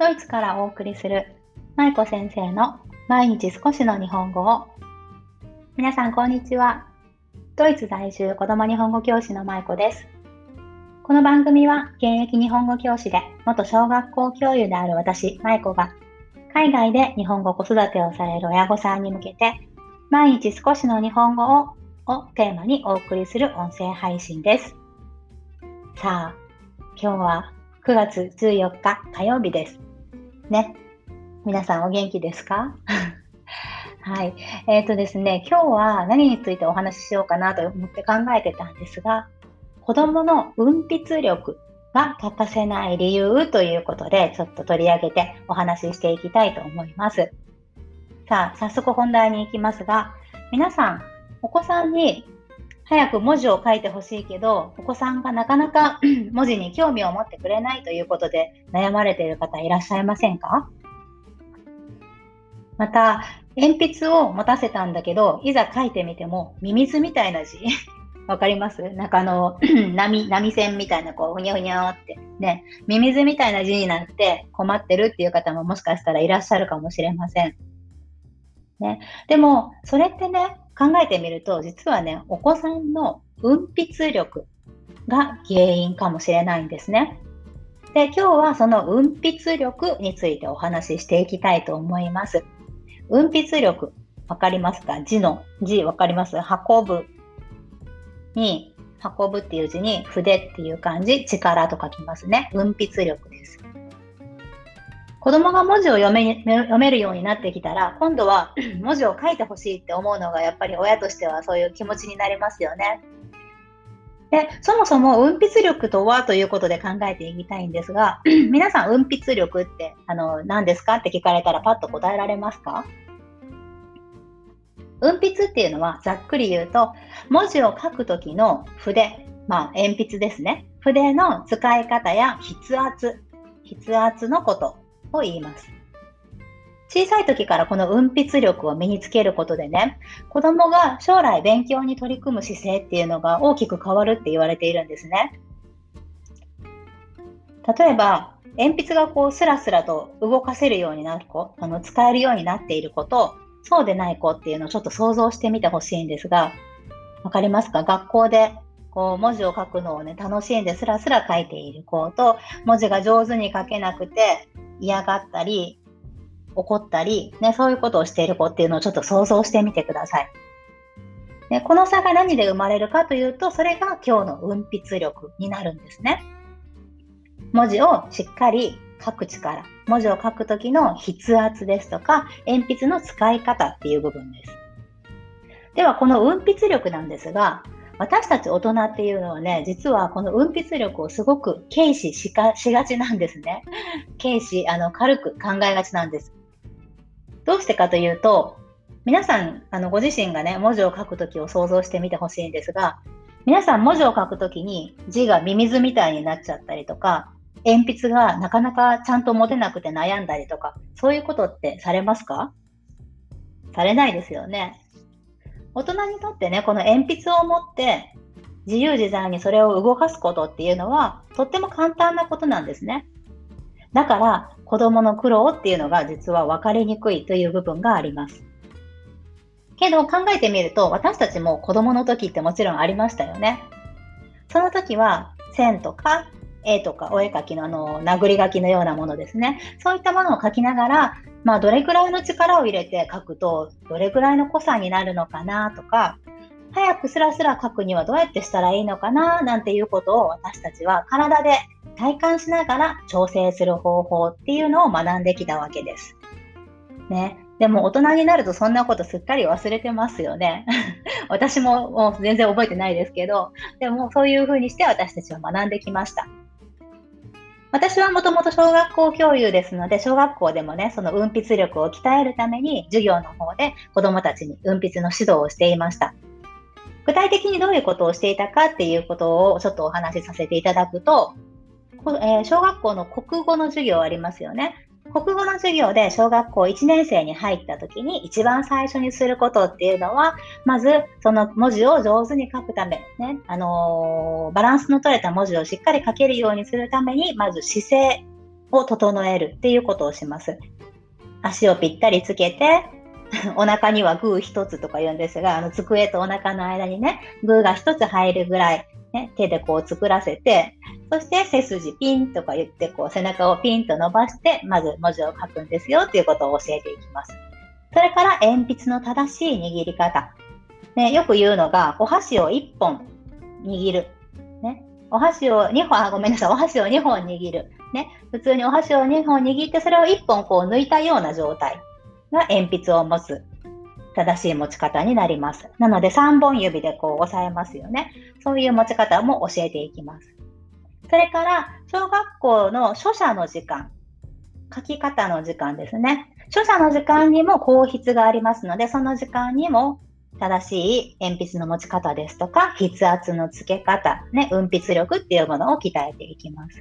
ドイツからお送りする舞子先生の毎日少しの日本語を。皆さんこんにちは。ドイツ在住子ども日本語教師の舞子です。この番組は現役日本語教師で元小学校教諭である私舞子が海外で日本語子育てをされる親御さんに向けて毎日少しの日本語をテーマにお送りする音声配信です。さあ、今日は9月14日火曜日ですね。皆さんお元気ですか？はい。ですね、今日は何についてお話ししようかなと思って考えてたんですが、子供の運筆力が欠かせない理由ということで、ちょっと取り上げてお話ししていきたいと思います。さあ、早速本題に行きますが、皆さん、お子さんに早く文字を書いてほしいけど、お子さんがなかなか文字に興味を持ってくれないということで悩まれている方いらっしゃいませんか？また、鉛筆を持たせたんだけど、いざ書いてみてもミミズみたいな字わかります？なんか波線みたいなこうふにゃふにゃってね、ミミズみたいな字になって困ってるっていう方ももしかしたらいらっしゃるかもしれません。ね、でも、それってね、考えてみると、実はね、お子さんの運筆力が原因かもしれないんですね。で、今日はその運筆力についてお話ししていきたいと思います。運筆力、わかりますか？字わかります？運ぶっていう字に筆っていう漢字、力と書きますね。運筆力です。子供が文字を読めるようになってきたら、今度は文字を書いてほしいって思うのがやっぱり親としてはそういう気持ちになりますよね。で、そもそも運筆力とはということで考えていきたいんですが、皆さん運筆力って何ですかって聞かれたらパッと答えられますか？運筆っていうのはざっくり言うと、文字を書くときの筆、鉛筆ですね。筆の使い方や筆圧のことを言います。小さい時からこの運筆力を身につけることでね、子供が将来勉強に取り組む姿勢っていうのが大きく変わるって言われているんですね。例えば、鉛筆がこうスラスラと動かせるようになる子、使えるようになっている子と、そうでない子っていうのをちょっと想像してみてほしいんですが、わかりますか？学校でこう文字を書くのをね、楽しんでスラスラ書いている子と、文字が上手に書けなくて嫌がったり、怒ったり、ね、そういうことをしている子っていうのをちょっと想像してみてください。で、この差が何で生まれるかというと、それが今日の運筆力になるんですね。文字をしっかり書く力、文字を書くときの筆圧ですとか、鉛筆の使い方っていう部分です。では、この運筆力なんですが、私たち大人っていうのはね、実はこの運筆力をすごく軽視しがちなんですね。軽く考えがちなんです。どうしてかというと、皆さん、ご自身がね、文字を書くときを想像してみてほしいんですが、皆さん文字を書くときに字がミミズみたいになっちゃったりとか、鉛筆がなかなかちゃんと持てなくて悩んだりとか、そういうことってされますか？されないですよね。大人にとってね、この鉛筆を持って自由自在にそれを動かすことっていうのはとっても簡単なことなんですね。だから子供の苦労っていうのが実は分かりにくいという部分があります。けど考えてみると、私たちも子供の時ってもちろんありましたよね。その時は線とか絵とかお絵描きの殴り書きのようなものですね。そういったものを描きながら、どれくらいの力を入れて描くとどれくらいの濃さになるのかなとか、早くスラスラ描くにはどうやってしたらいいのかななんていうことを私たちは体で体感しながら調整する方法っていうのを学んできたわけです。ね。でも大人になるとそんなことすっかり忘れてますよね。私も全然覚えてないですけど、でもそういう風にして私たちは学んできました。私はもともと小学校教諭ですので、小学校でもね、その運筆力を鍛えるために授業の方で子どもたちに運筆の指導をしていました。具体的にどういうことをしていたかっていうことをちょっとお話しさせていただくと、小学校の国語の授業ありますよね。国語の授業で小学校1年生に入った時に一番最初にすることっていうのは、まずその文字を上手に書くため、ね、バランスの取れた文字をしっかり書けるようにするために、まず姿勢を整えるっていうことをします。足をぴったりつけて、お腹にはグー一つとか言うんですが、机とお腹の間にね、グーが一つ入るぐらい、ね、手でこう作らせて、そして背筋ピンとか言って、こう背中をピンと伸ばして、まず文字を書くんですよっていうことを教えていきます。それから鉛筆の正しい握り方。ね、よく言うのが、お箸を1本握る。ね、お箸を2本、ごめんなさい、お箸を2本握る。ね、普通にお箸を2本握って、それを1本こう抜いたような状態が鉛筆を持つ正しい持ち方になります。なので3本指でこう押さえますよね。そういう持ち方も教えていきます。それから小学校の書写の時間、書き方の時間ですね。書写の時間にも硬筆がありますので、その時間にも正しい鉛筆の持ち方ですとか、筆圧のつけ方、ね、運筆力っていうものを鍛えていきます。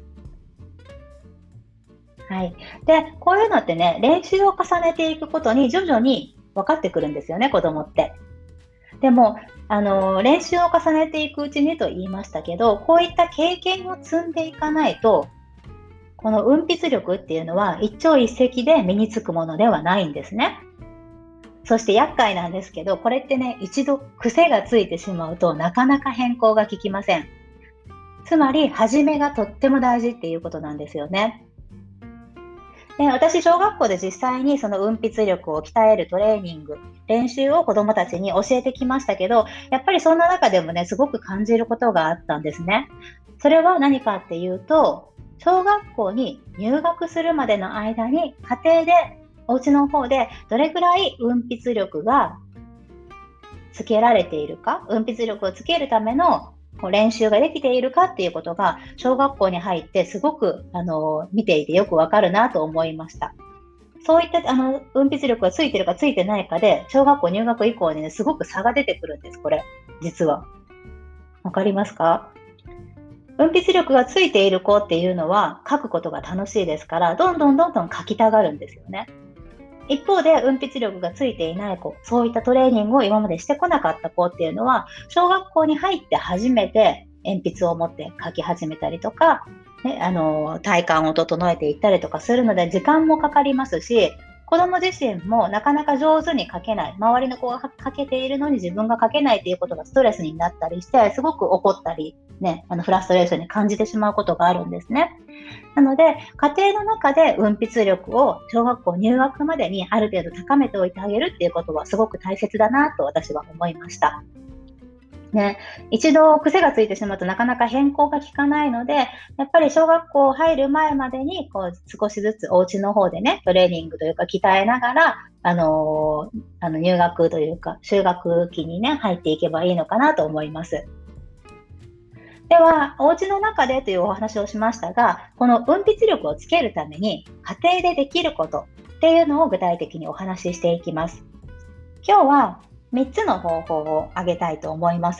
はい。で、こういうのってね、練習を重ねていくことに徐々に分かってくるんですよね、子供って。でも、練習を重ねていくうちにと言いましたけど、こういった経験を積んでいかないと、この運筆力っていうのは一朝一夕で身につくものではないんですね。そして厄介なんですけど、これってね、一度癖がついてしまうとなかなか変更が効きません。つまり、始めがとっても大事っていうことなんですよね。で、私、小学校で実際にその運筆力を鍛えるトレーニング、練習を子どもたちに教えてきましたけど、やっぱりそんな中でもね、すごく感じることがあったんですね。それは何かっていうと、小学校に入学するまでの間に家庭で、お家の方でどれくらい運筆力がつけられているか、運筆力をつけるための練習ができているかっていうことが小学校に入ってすごく見ていてよくわかるなと思いました。そういった運筆力がついてるかついてないかで小学校入学以降にね、すごく差が出てくるんです。これ実はわかりますか？運筆力がついている子っていうのは書くことが楽しいですから、どんどん書きたがるんですよね。一方で運筆力がついていない子、そういったトレーニングを今までしてこなかった子っていうのは、小学校に入って初めて鉛筆を持って書き始めたりとか、ね、体幹を整えていったりとかするので時間もかかりますし、子供自身もなかなか上手に書けない、周りの子が書けているのに自分が書けないということがストレスになったりして、すごく怒ったり、ね、フラストレーションに感じてしまうことがあるんですね。なので、家庭の中で運筆力を小学校入学までにある程度高めておいてあげるっていうことはすごく大切だなと私は思いました。ね、一度癖がついてしまうとなかなか変更が効かないので、やっぱり小学校入る前までにこう少しずつお家の方でね、トレーニングというか鍛えながら、入学というか就学期にね、入っていけばいいのかなと思います。では、お家の中でというお話をしましたが、この運筆力をつけるために家庭でできることっていうのを具体的にお話ししていきます。今日は3つの方法を挙げたいと思います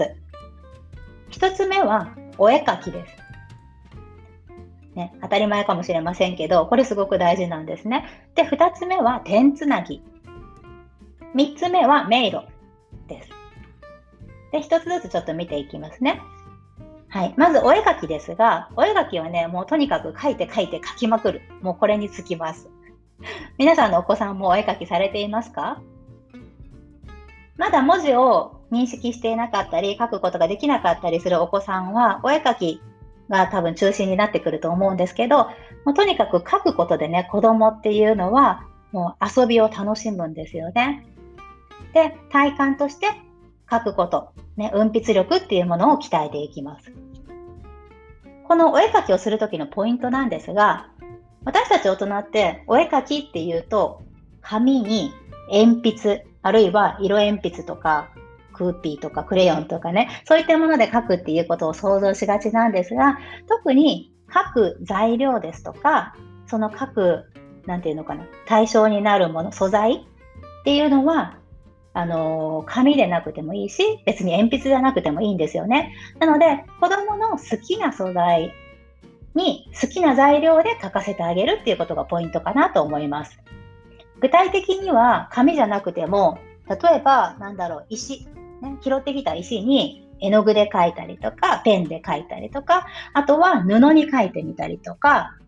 。1つ目はお絵描きです。ね、当たり前かもしれませんけど、これすごく大事なんですね。で、2つ目は点つなぎ。3つ目は迷路です。で、1つずつちょっと見ていきますね。はい。まずお絵描きですが、お絵描きはね、もうとにかく描いて描きまくる。もうこれにつきます。皆さんのお子さんもお絵描きされていますか？まだ文字を認識していなかったり、書くことができなかったりするお子さんは、お絵描きが多分中心になってくると思うんですけど、もうとにかく書くことでね、子供っていうのは、もう遊びを楽しむんですよね。で、体感として書くこと、ね、運筆力っていうものを鍛えていきます。このお絵描きをするときのポイントなんですが、私たち大人ってお絵描きっていうと、紙に鉛筆、あるいは色鉛筆とかクーピーとかクレヨンとかね、そういったもので描くっていうことを想像しがちなんですが、特に描く材料ですとか、その描く、なんていうのかな、対象になるもの、素材っていうのは、紙でなくてもいいし、別に鉛筆じゃなくてもいいんですよね。なので、子供の好きな素材に好きな材料で描かせてあげるっていうことがポイントかなと思います。具体的には紙じゃなくても、例えば石、ね、拾ってきた石に絵の具で描いたりとか、ペンで描いたりとか、あとは布に描いてみたりとか、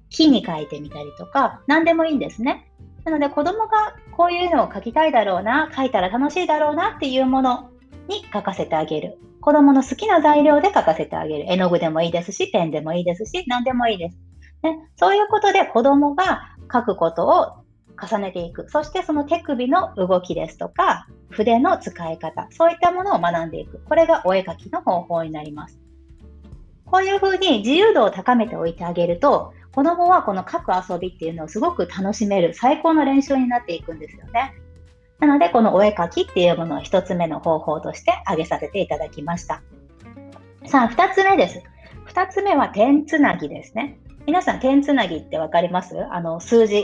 木に書いてみたりとか、何でもいいんですね。なので子供がこういうのを書きたいだろうな、書いたら楽しいだろうなっていうものに書かせてあげる。子供の好きな材料で書かせてあげる。絵の具でもいいですし、ペンでもいいですし、何でもいいです。ね、そういうことで子供が書くことを重ねていく。そしてその手首の動きですとか、筆の使い方、そういったものを学んでいく。これがお絵描きの方法になります。こういうふうに自由度を高めておいてあげると、子供はこの書く遊びっていうのをすごく楽しめる最高の練習になっていくんですよね。なのでこのお絵描きっていうものを一つ目の方法として挙げさせていただきました。さあ二つ目です。二つ目は点つなぎですね。皆さん点つなぎってわかります？数字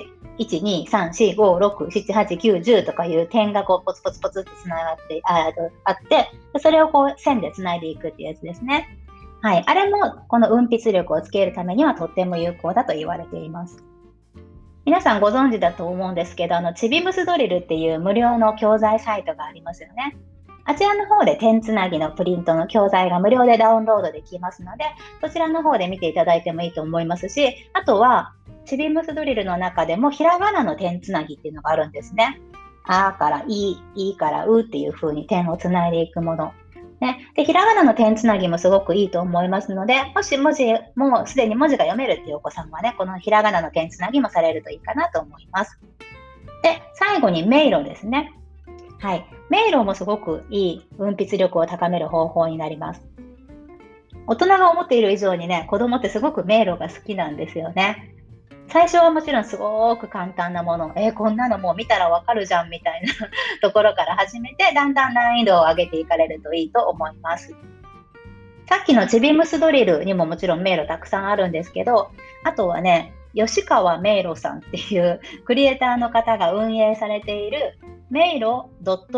1、2、3、4、5、6、7、8、9、10とかいう点がこうポツポツポツってつながってあって、それをこう線でつないでいくっていうやつですね。はい、あれもこの運筆力をつけるためにはとっても有効だと言われています。皆さんご存知だと思うんですけど、ちびむすドリルっていう無料の教材サイトがありますよね。あちらの方で点つなぎのプリントの教材が無料でダウンロードできますので、そちらの方で見ていただいてもいいと思いますし、あとはちびむすドリルの中でもひらがなの点つなぎっていうのがあるんですね。あからい、いからうっていう風に点をつないでいくもの。ね、でひらがなの点つなぎもすごくいいと思いますので、もしもうすでに文字が読めるっていうお子さんはね、このひらがなの点つなぎもされるといいかなと思います。で、最後に迷路ですね。はい。迷路もすごくいい運筆力を高める方法になります。大人が思っている以上にね、子供ってすごく迷路が好きなんですよね。最初はもちろんすごく簡単なもの、こんなのもう見たらわかるじゃんみたいなところから始めて、だんだん難易度を上げていかれるといいと思います。さっきのちびむすドリルにももちろん迷路たくさんあるんですけど、あとはね、吉川迷路さんっていうクリエイターの方が運営されている迷路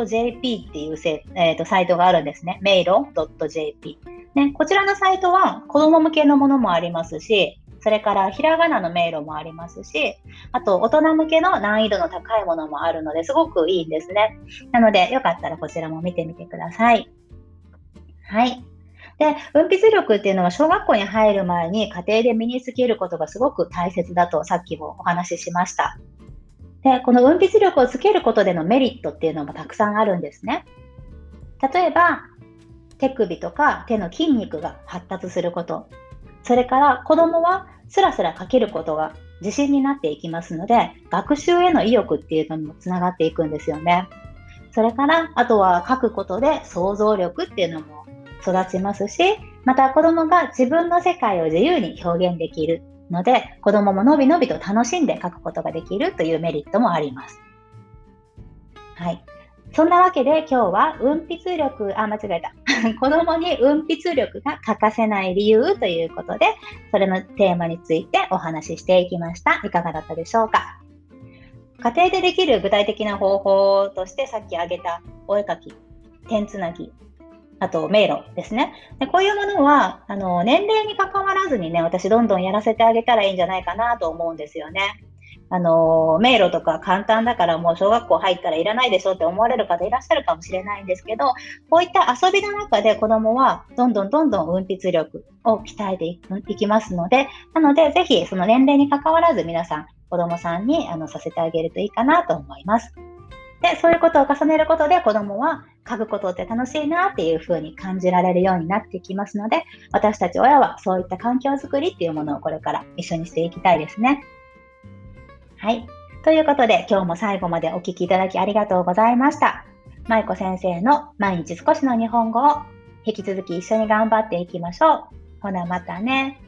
.jp っていうサイトがあるんですね。迷路 .jp、ね。こちらのサイトは子供向けのものもありますし、それからひらがなの迷路もありますし、あと大人向けの難易度の高いものもあるのですごくいいんですね。なのでよかったらこちらも見てみてください。はい。で、運筆力っていうのは小学校に入る前に家庭で身につけることがすごく大切だとさっきもお話ししました。で、この運筆力をつけることでのメリットっていうのもたくさんあるんですね。例えば、手首とか手の筋肉が発達すること。それから子供はスラスラ書けることが自信になっていきますので、学習への意欲っていうのにもつながっていくんですよね。それから、あとは書くことで想像力っていうのも育ちますし、また子供が自分の世界を自由に表現できるので、子供ものびのびと楽しんで書くことができるというメリットもあります。はい。そんなわけで今日は運筆力、間違えた。子供に運筆力が欠かせない理由ということで、それのテーマについてお話ししていきました。いかがだったでしょうか。家庭でできる具体的な方法としてさっき挙げたお絵描き、点つなぎ、あと迷路ですね。でこういうものは年齢に関わらずにね、私どんどんやらせてあげたらいいんじゃないかなと思うんですよね。迷路とか簡単だからもう小学校入ったらいらないでしょって思われる方いらっしゃるかもしれないんですけど、こういった遊びの中で子供はどんどん運筆力を鍛えていきますので、なのでぜひその年齢に関わらず皆さん子供さんにさせてあげるといいかなと思います。で、そういうことを重ねることで子供は書くことって楽しいなっていう風に感じられるようになってきますので、私たち親はそういった環境づくりっていうものをこれから一緒にしていきたいですね。はい。ということで今日も最後までお聞きいただきありがとうございました。まいこ先生の毎日少しの日本語を引き続き一緒に頑張っていきましょう。ほなまたね。